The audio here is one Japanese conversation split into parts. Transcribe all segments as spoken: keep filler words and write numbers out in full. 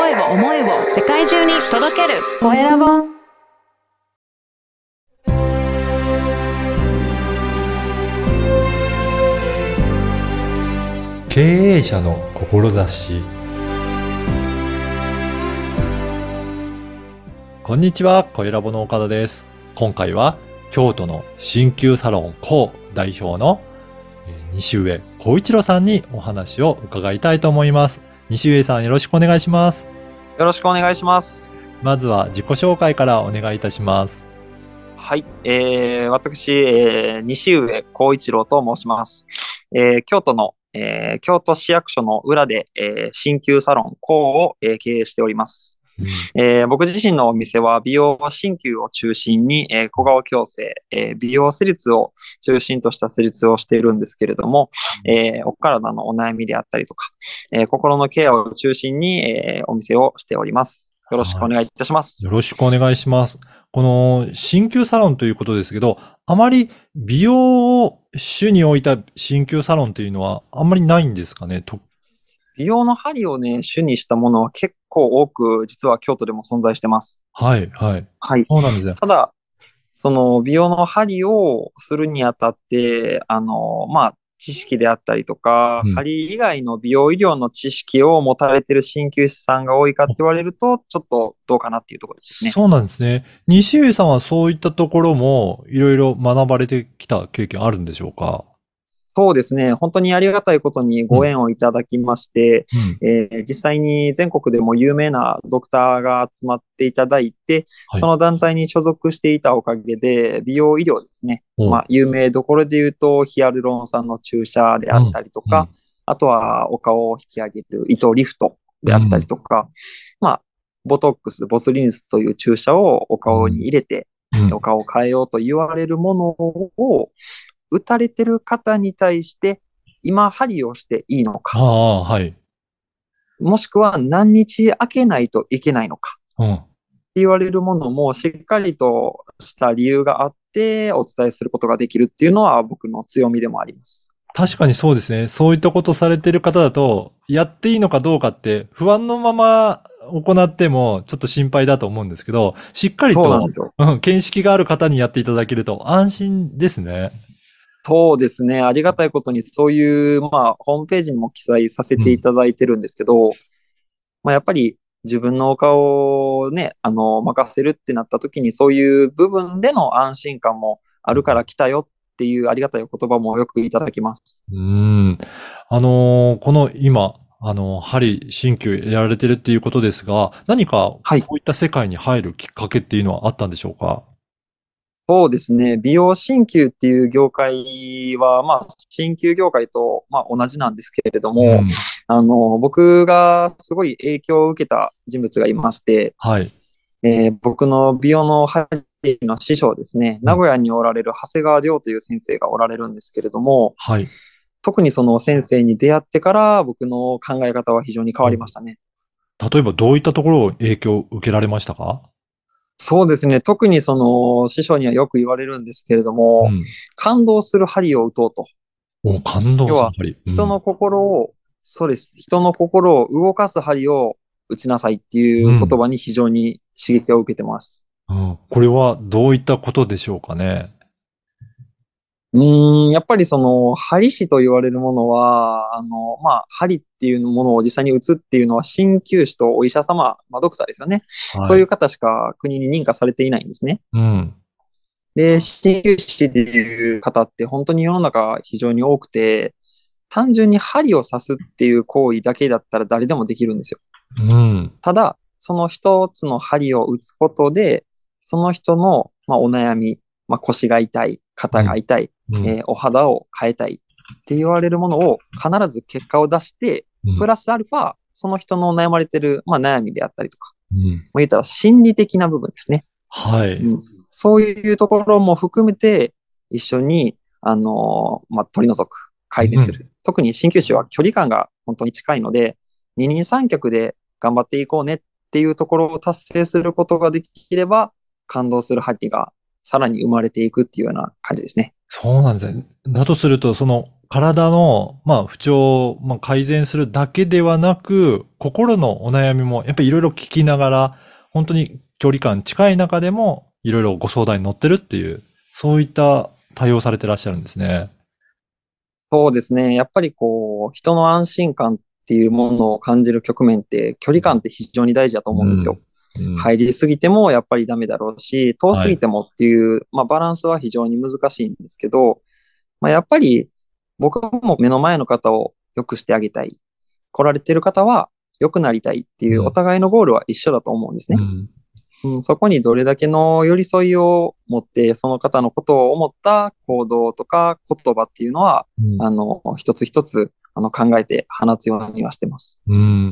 声を思いを世界中に届けるコエラボ。 経営者の志。こんにちは、コエラボの岡田です。今回は京都の鍼灸サロンコー代表の西上浩一郎さんにお話を伺いたいと思います。西上さん、よろしくお願いします。 よろしくお願いします。 まずは自己紹介からお願いいたします。 はい、えー、私、えー、西上浩一郎と申します。えー、京都の、えー、京都市役所の裏で、えー、鍼灸サロンコーを、えー、経営しております。うんえー、僕自身のお店は美容鍼灸を中心に、えー、小顔矯正、えー、美容施術を中心とした施術をしているんですけれども、えー、お体のお悩みであったりとか、えー、心のケアを中心に、えー、お店をしております。よろしくお願いいたします。 よろしくお願いします。この鍼灸サロンということですけど、あまり美容を主に置いた鍼灸サロンというのはあんまりないんですかね。と美容の針をね、主にしたものは結構多く、実は京都でも存在してます。 はい、はい。 はい。 そうなんですね。 ただ、その美容の針をするにあたって、あの、まあ、知識であったりとか、 うん、 針以外の美容医療の知識を持たれている鍼灸師さんが多いかって言われると、ちょっとどうかなっていうところですね。 そうなんですね。西上さんはそういったところもいろいろ学ばれてきた経験あるんでしょうか？ そうですね。本当にありがたいことにご縁をいただきまして、うんえー、実際に全国でも有名なドクターが集まっていただいて、はい、その団体に所属していたおかげで、美容医療ですね。まあ、有名どころで言うと、ヒアルロン酸の注射であったりとか、うんうん、あとはお顔を引き上げる糸リフトであったりとか、うん、まあ、ボトックス、ボツリヌスという注射をお顔に入れて、うん、お顔を変えようと言われるものを、打たれてる方に対して、今針をしていいのか。 あはい、 もしくは何日空けないといけないのか。うん、って言われるものもしっかりとした理由があってお伝えすることができるっていうのは僕の強みでもあります。 確かにそうですね。そういったことされてる方だと、やっていいのかどうかって不安のまま行ってもちょっと心配だと思うんですけど、しっかりと、うん、見識がある方にやっていただけると安心ですね。 そうですね。ありがたいことにそういう、まあ、ホームページにも記載させていただいてるんですけど、うん、まあ、やっぱり自分のお顔をね、あの、任せるってなった時にそういう部分での安心感もあるから来たよっていうありがたい言葉もよくいただきます。 うん。あのー、この今、あの、針、鍼灸やられてるっていうことですが、何かこういった世界に入るきっかけっていうのはあったんでしょうか？はいそうですね。美容鍼灸っていう業界は、まあ、鍼灸業界と、まあ、同じなんですけれども、うん、あの、僕がすごい影響を受けた人物がいまして、 はい。 えー、僕の美容の針の師匠ですね、うん、名古屋におられる長谷川亮という先生がおられるんですけれども、 はい。 特にその先生に出会ってから僕の考え方は非常に変わりましたね。 うん、例えばどういったところを影響を受けられましたか？ そうですね。特にその師匠にはよく言われるんですけれども、うん、感動する針を打とうと。 お、感動する針。 要は人の心を、うん、そうです。人の心を動かす針を打ちなさいっていう言葉に非常に刺激を受けてます。 うんうん、これはどういったことでしょうかね。 うーん、やっぱりその、針師と言われるものは、あの、まあ、針っていうものを実際に打つっていうのは、鍼灸師とお医者様、まあ、ドクターですよね。はい、そういう方しか国に認可されていないんですね。 うん。 で、鍼灸師っていう方って本当に世の中非常に多くて、単純に針を刺すっていう行為だけだったら誰でもできるんですよ。 うん。 ただ、その一つの針を打つことで、その人の、まあ、お悩み、まあ、腰が痛い、肩が痛い、うんえー、お肌を変えたいって言われるものを必ず結果を出して、うん、プラスアルファ、その人の悩まれてる、まあ、悩みであったりとか、うん、もう言ったら心理的な部分ですね。 はい、 うん。そういうところも含めて、一緒に、あのー、まあ、取り除く、改善する。うん、特に鍼灸師は距離感が本当に近いので、二人三脚で頑張っていこうねっていうところを達成することができれば、感動する針がさらに生まれていくっていうような感じですね。 そうなんですね。だとすると、その体の、まあ、不調を、まあ、改善するだけではなく、心のお悩みもやっぱりいろいろ聞きながら、本当に距離感近い中でもいろいろご相談に乗ってるっていう、そういった対応されてらっしゃるんですね。 そうですね。やっぱりこう、人の安心感っていうものを感じる局面って、距離感って非常に大事だと思うんですよ。 うん。うん。 入りすぎてもやっぱりダメだろうし、遠すはい。 ぎてもっていう、まあバランスは非常に難しいんですけど、まあやっぱり僕も目の前の方を良くしてあげたい。来られてる方は良くなりたいっていうおうん。 互いのゴールは一緒だと思うんですね。 うん。 うん、そこにどれだけの寄り添いを持って、その方のことを思った行動とか言葉っていうのは、 うん。 あの、一つ一つ、あの、考えて放つようにはしてます。 うん。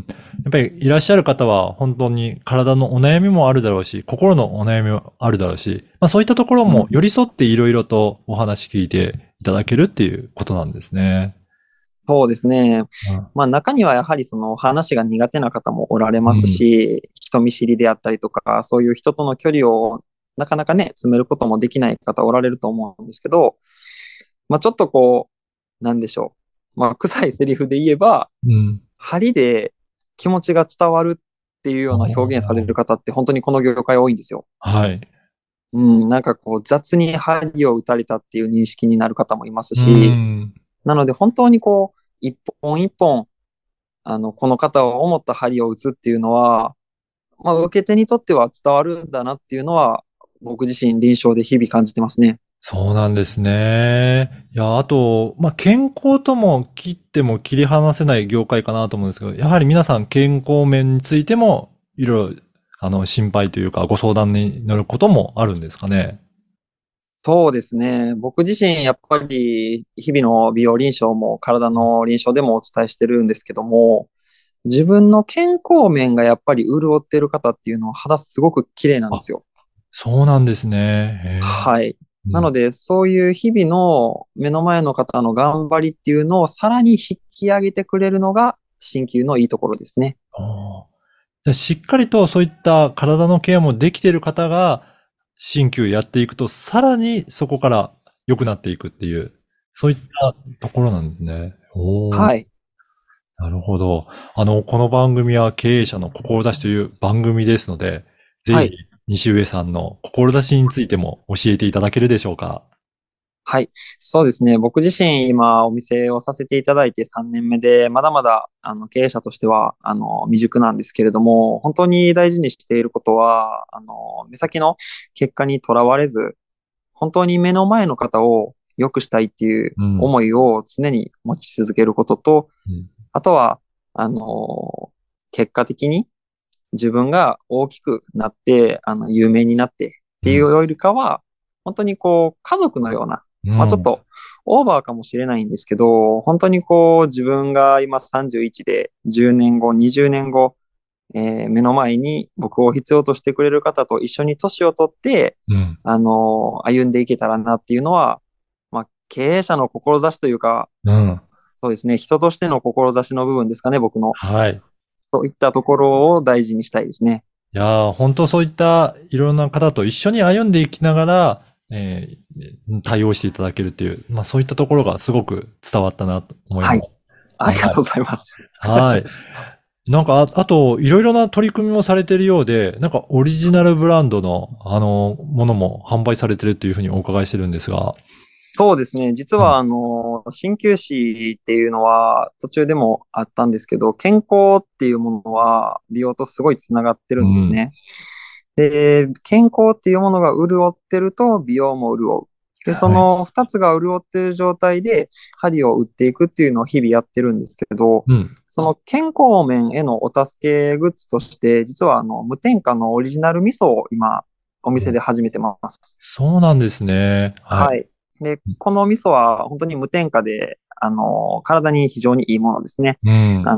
やっぱりいらっしゃる方は本当に体のお悩みもあるだろうし、心のお悩みもあるだろうし、まあそういったところも寄り添っていろいろとお話聞いていただけるっていうことなんですね。 そうですね。 うん。 まあ中にはやはりその話が苦手な方もおられますうん。 し、人見知りであったりとか、そういう人との距離をなかなかね、詰めることもできない方おられると思うんですけど、まあちょっとこう、なんでしょう。まあ臭いセリフで言えば、 うん。 針で気持ちが伝わるっていうような表現されるあ方って本当にこの業界多いんですよ。 あ、はい。 うん、なんかこう雑に針を打たれたっていう認識になる方もいますうーし、 ん。 なので本当にこう、一本一本、あの、この方を思った針を打つっていうのは、まあ、受け手にとっては伝わるんだなっていうのは、僕自身臨床で日々感じてますね。 そうなんですね。いや、あと、まあ、健康とも切っても切り離せない業界かなと思うんですけど、やはり皆さん健康面についても、いろいろ、あの、心配というか、ご相談に乗ることもあるんですかね。 そうですね。僕自身、やっぱり、日々の美容臨床も体の臨床でもお伝えしてるんですけども、自分の健康面がやっぱり潤ってる方っていうのは肌すごく綺麗なんであ、 すよ。 そうなんですね。へえ。 はい。 うん。 なので、そういう日々の目の前の方の頑張りっていうのをさらに引き上げてくれるのが、鍼灸のいいところですね。 ああ。じゃあ、しっかりとそういった体のケアもできている方が、鍼灸やっていくと、さらにそこから良くなっていくっていう、そういったところなんですね。おお。 はい。 なるほど。あの、この番組は経営者の志という番組ですので、ぜひ、 はい。 西上さんの志についても教えていただけるでしょうか？ はい。そうですね。僕自身今お店をさせていただいてさんねんめで、まだまだあの経営者としてはあの未熟なんですけれども、本当に大事にしていることは、あの、目先の結果にとらわれず、本当に目の前の方を良くしたいっていううん。 思いを常に持ち続けることと、 うん。 あとは、あの、結果的に自分が大きくなって、あの、有名になってっていううん。 よりかは、本当にこう、家族のような、 うん。 まあちょっとオーバーかもしれないんですけど、本当にこう、自分が今さんじゅういちでじゅうねんご、にじゅうねんご、えー目の前に僕を必要としてくれる方と一緒に年を取って、 うん。 あの、歩んでいけたらなっていうのは、まあ経営者の志というか、 うん。 そうですね、人としての志の部分ですかね、僕の。 はい。 そういったところを大事にしたいですね。 いやー、本当そういったいろんな方と一緒に歩んでいきながら、えー対応していただけるっていう、まあそういったところがすごく伝わったなと思いはい。 ます。はい。 ありがとうございます。 はい。なんか、あ、あと、いろいろな取り組みもされているようで、なんかオリジナルブランドの、あの、ものも販売されているというふうにお伺いしてるんですが。 そうですね。実うん。 は、あの、鍼灸師っていうのは途中でもあったんですけど、健康っていうものは美容とすごいつながってるんですうん。 ね。で、健康っていうものが潤ってると美容も潤う。で、そはい。 の二つが潤ってる状態で針を打っていくっていうのを日々やってるんですけど、 うん。 その健康面へのお助けグッズとして、実はあの無添加のオリジナル味噌を今お店で始めてます。 そうなんですね。はい。 はい。で、この味噌は本当に無添加で、あの、体に非常にいいものですね。 うん。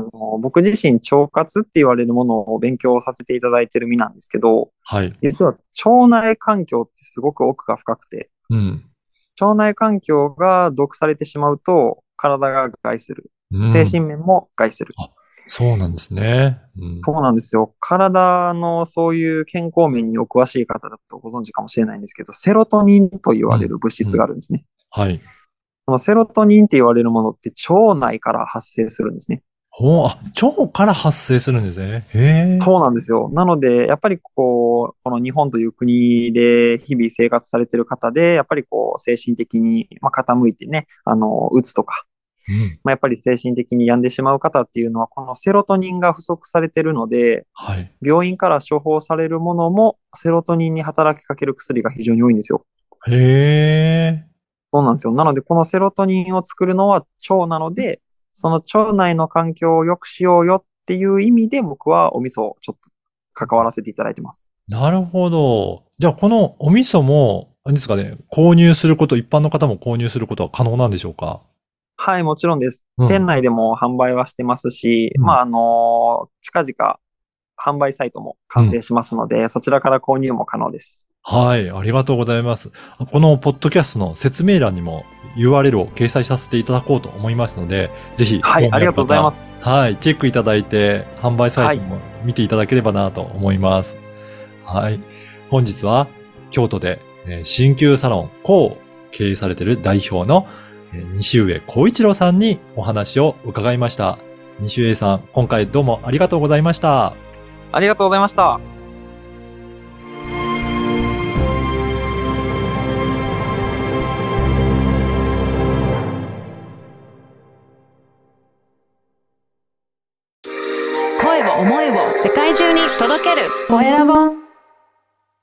あの、僕自身腸活って言われるものを勉強させていただいてる身なんですけど、 はい。 実は腸内環境ってすごく奥が深くて、 うん。 腸内環境が毒されてしまうと体が害する。 うん。 精神面も害する。 あ、そうなんですね。うん。 そうなんですよ。体のそういう健康面にお詳しい方だとご存知かもしれないんですけど、セロトニンと言うん。 われる物質があうん。 るんですね。 はい。 このセロトニンって言われるものって腸内から発生するんですね。 ほう、あ、腸から発生するんですね。へえ。 そうなんですよ。なので、やっぱりこう、この日本という国で日々生活されている方で、やっぱりこう、精神的に、まあ、傾いてね、あの、うつとか、 うん。 まあ、やっぱり精神的に病んでしまう方っていうのは、このセロトニンが不足されているので、 はい。 病院から処方されるものも、セロトニンに働きかける薬が非常に多いんですよ。 へえ。 そうなんですよ。なので、このセロトニンを作るのは腸なので、その腸内の環境を良くしようよっていう意味で、僕はお味噌をちょっと関わらせていただいてます。 なるほど。じゃあ、このお味噌も、あれですかね、購入すること、一般の方も購入することは可能なんでしょうか？ はい、もちろんです。 うん。 店内でも販売はしてますし、 うん。 まあ、あの近々販売サイトもうん。 完成しますので、そちらから購入も可能です。 はい、ありがとうございます。このポッドキャストの説明欄にも ユーアールエル を掲載させていただこうと思いますので、ぜひはい、 興味あるありがとうございま方、 す。 はい、チェックいただいて、販売サイはい、 トも見ていただければなと思います。はい。本日は京都でえー鍼灸サロン コー を経営されている代表のえー西上光一郎さんにお話を伺いました。西上さん、今回どうもありがとうございました。 ありがとうございました。 声を思いを世界中に届けるコエラボ。